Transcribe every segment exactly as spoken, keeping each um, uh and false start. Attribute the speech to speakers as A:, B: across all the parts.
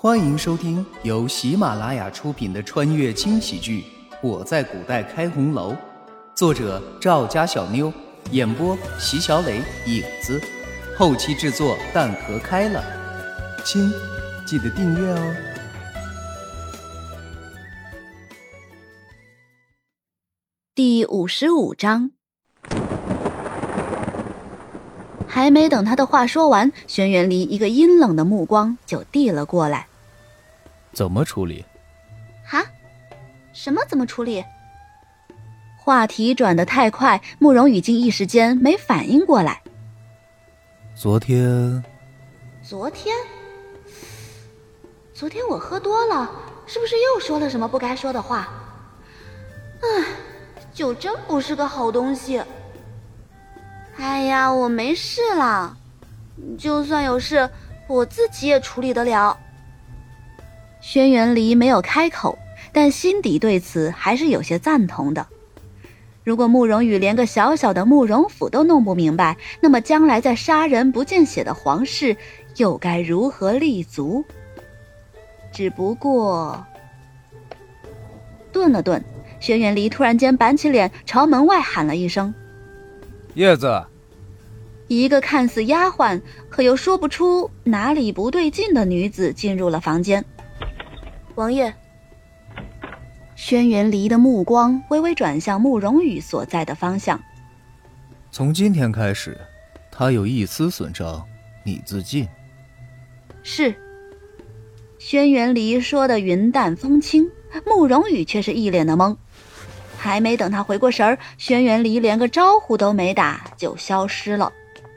A: 欢迎收听由喜马拉雅出品的穿越轻喜剧《我在古代开红楼》，作者赵家小妞，演播席小磊、影子，后期制作蛋壳开了。亲，记得订阅哦。
B: 第五十五章。还没等他的话说完，轩辕离一个阴冷的目光就递了过来。
A: 怎么处理？
B: 哈？什么怎么处理？话题转得太快，慕容羽竟一时间没反应过来。
A: 昨天
B: 昨天昨天我喝多了，是不是又说了什么不该说的话？唉，酒真不是个好东西。哎呀，我没事啦，就算有事我自己也处理得了。轩辕离没有开口，但心底对此还是有些赞同的。如果慕容羽连个小小的慕容府都弄不明白，那么将来在杀人不见血的皇室又该如何立足？只不过顿了顿，轩辕离突然间板起脸，朝门外喊了一声：
C: 叶子。
B: 一个看似丫鬟可又说不出哪里不对劲的女子进入了房间。王爷。轩辕离的目光微微转向慕容羽所在的方向。
A: 从今天开始，他有一丝损伤，你自尽。
B: 是。轩辕离说的云淡风轻，慕容羽却是一脸的懵。还没等他回过神儿，轩辕离连个招呼都没打就消失了。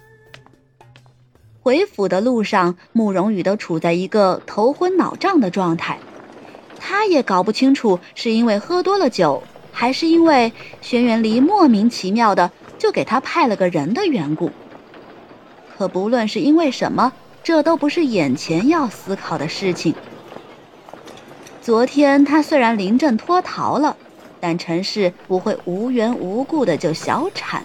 B: 回府的路上，慕容羽都处在一个头昏脑胀的状态。他也搞不清楚是因为喝多了酒，还是因为轩辕离莫名其妙的就给他派了个人的缘故。可不论是因为什么，这都不是眼前要思考的事情。昨天他虽然临阵脱逃了，但陈氏不会无缘无故的就小产。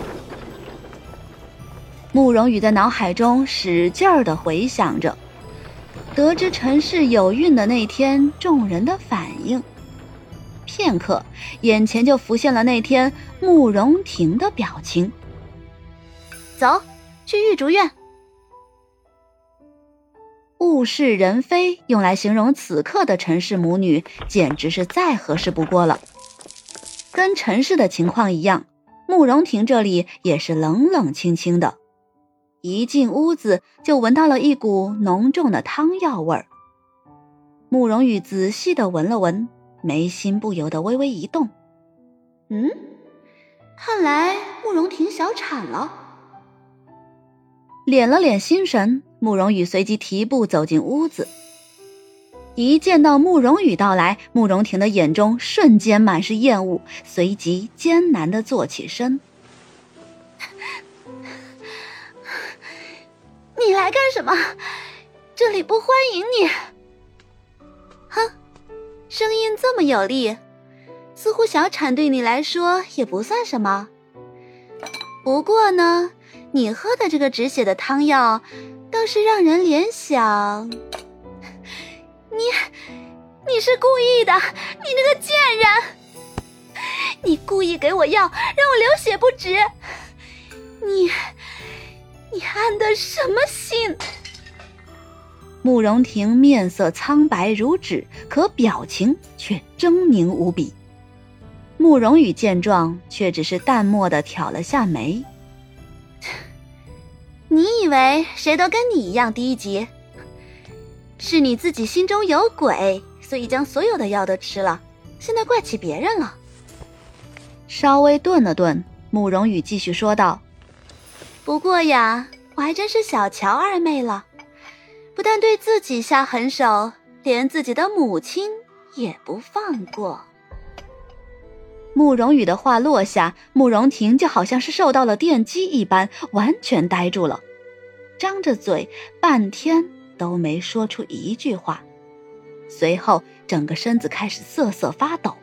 B: 慕容羽在脑海中使劲儿地回想着，得知陈氏有孕的那天众人的反应。片刻，眼前就浮现了那天慕容婷的表情。走，去玉竹院。物是人非，用来形容此刻的陈氏母女简直是再合适不过了。跟陈氏的情况一样，慕容婷这里也是冷冷清清的，一进屋子就闻到了一股浓重的汤药味儿。慕容羽仔细地闻了闻，眉心不由得微微一动。嗯，看来慕容婷小产了。敛了敛心神，慕容羽随即提步走进屋子。一见到慕容羽到来，慕容婷的眼中瞬间满是厌恶，随即艰难地坐起身。你来干什么？这里不欢迎你。哼，声音这么有力，似乎小产对你来说也不算什么。不过呢，你喝的这个止血的汤药倒是让人联想，你你是故意的，你那个贱人，你故意给我药，让我流血不止，你你安的什么心？慕容婷面色苍白如纸，可表情却狰狞无比。慕容羽见状，却只是淡漠地挑了下眉。你以为谁都跟你一样低级？是你自己心中有鬼，所以将所有的药都吃了，现在怪起别人了。稍微顿了顿，慕容羽继续说道：不过呀，我还真是小瞧二妹了，不但对自己下狠手，连自己的母亲也不放过。慕容羽的话落下，慕容婷就好像是受到了电击一般，完全呆住了，张着嘴半天都没说出一句话，随后整个身子开始瑟瑟发抖。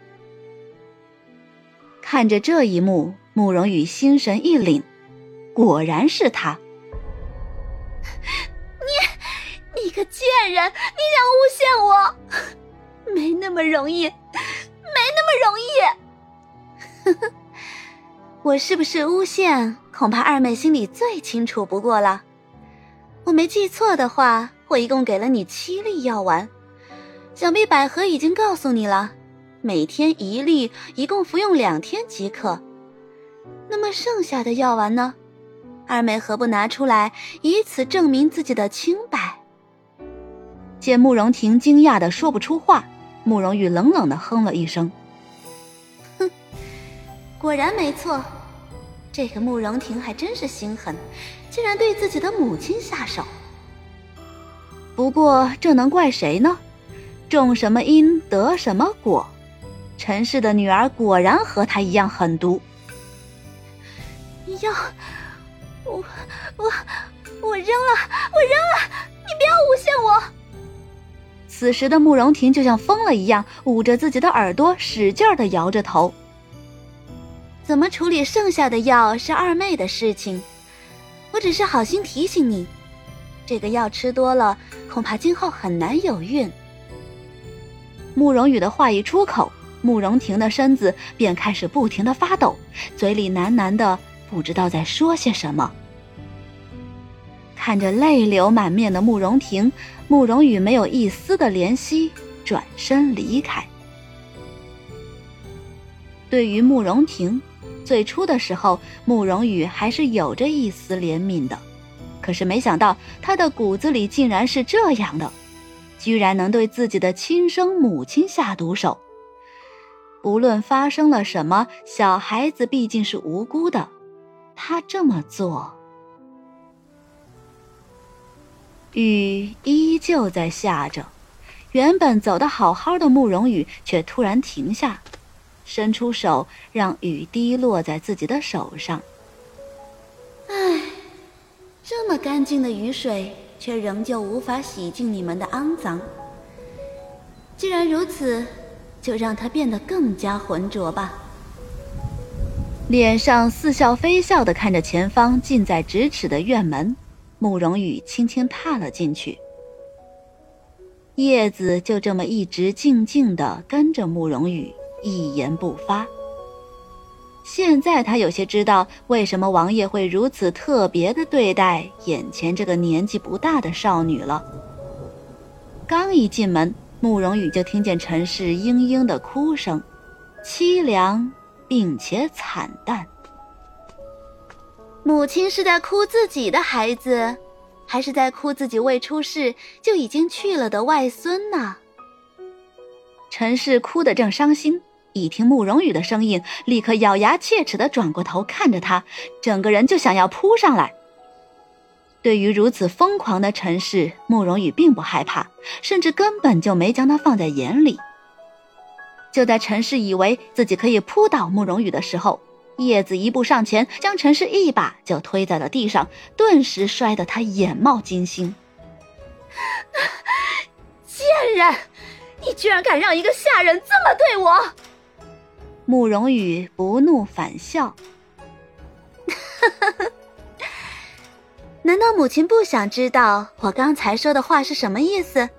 B: 看着这一幕，慕容羽心神一凛，果然是他。你你个个贱人，你想诬陷我？没那么容易，没那么容易。呵呵，我是不是诬陷，恐怕二妹心里最清楚不过了。我没记错的话，我一共给了你七粒药丸，想必百合已经告诉你了，每天一粒，一共服用两天即可。那么剩下的药丸呢？二妹何不拿出来，以此证明自己的清白？
D: 见慕容婷惊讶的说不出话，慕容羽冷冷的哼了一声。
B: 哼，果然没错，这个慕容婷还真是心狠，竟然对自己的母亲下手。
D: 不过这能怪谁呢？种什么因得什么果，陈氏的女儿果然和她一样狠毒。
B: 药，我我我扔了，我扔了，你不要诬陷我！
D: 此时的慕容婷就像疯了一样，捂着自己的耳朵，使劲地摇着头。
B: 怎么处理剩下的药是二妹的事情，我只是好心提醒你，这个药吃多了，恐怕今后很难有孕。
D: 慕容羽的话一出口，慕容婷的身子便开始不停地发抖，嘴里喃喃的不知道在说些什么。看着泪流满面的慕容婷，慕容羽没有一丝的怜惜，转身离开。对于慕容婷，最初的时候慕容羽还是有着一丝怜悯的，可是没想到他的骨子里竟然是这样的，居然能对自己的亲生母亲下毒手。不论发生了什么，小孩子毕竟是无辜的，他这么做。雨依旧在下着，原本走得好好的慕容羽却突然停下，伸出手让雨滴落在自己的手上。
B: 唉，这么干净的雨水，却仍旧无法洗净你们的肮脏。既然如此，就让它变得更加浑浊吧。
D: 脸上似笑非笑地看着前方近在咫尺的院门，慕容羽轻轻踏了进去。叶子就这么一直静静地跟着慕容羽，一言不发。现在他有些知道为什么王爷会如此特别地对待眼前这个年纪不大的少女了。刚一进门，慕容羽就听见陈氏嘤嘤的哭声，凄凉并且惨淡。
B: 母亲是在哭自己的孩子，还是在哭自己未出世就已经去了的外孙呢？
D: 陈氏哭得正伤心，一听慕容羽的声音，立刻咬牙切齿地转过头看着他，整个人就想要扑上来。对于如此疯狂的陈氏，慕容羽并不害怕，甚至根本就没将他放在眼里。就在陈氏以为自己可以扑倒慕容羽的时候，叶子一步上前，将陈氏一把就推在了地上，顿时摔得他眼冒金星。
B: 贱人，你居然敢让一个下人这么对我！
D: 慕容羽不怒反笑。
B: 难道母亲不想知道我刚才说的话是什么意思？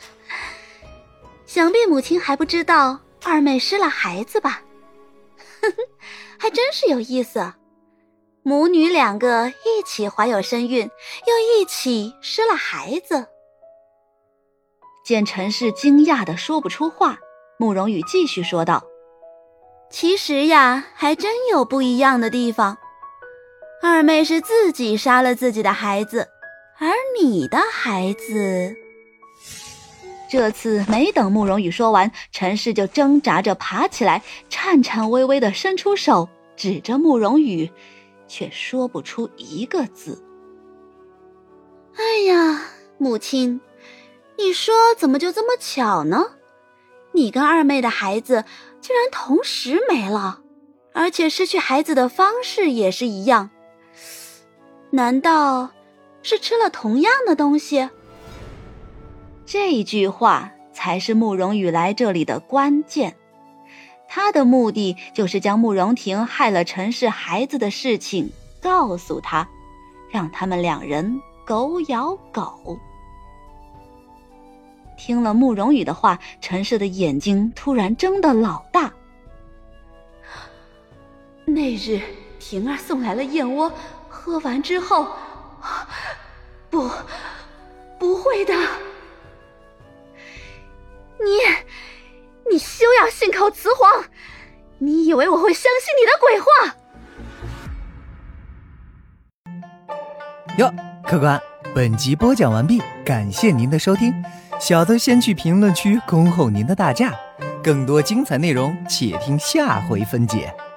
B: 想必母亲还不知道二妹失了孩子吧？还真是有意思，母女两个一起怀有身孕，又一起失了孩子。
D: 见陈氏惊讶的说不出话，慕容羽继续说道：
B: 其实呀，还真有不一样的地方。二妹是自己杀了自己的孩子，而你的孩子……
D: 这次没等慕容羽说完，陈氏就挣扎着爬起来，颤颤巍巍地伸出手指着慕容羽，却说不出一个字。
B: 哎呀，母亲，你说怎么就这么巧呢？你跟二妹的孩子竟然同时没了，而且失去孩子的方式也是一样。难道是吃了同样的东西？
D: 这句话才是慕容羽来这里的关键。他的目的就是将慕容婷害了陈氏孩子的事情告诉他，让他们两人狗咬狗。 听了慕容羽的话，陈氏的眼睛突然睁得老大。
B: 那日平儿送来了燕窝，喝完之后，不，不会的。你，你休要信口雌黄！你以为我会相信你的鬼话？
A: 哟，客官，本集播讲完毕，感谢您的收听。小的先去评论区恭候您的大驾，更多精彩内容且听下回分解。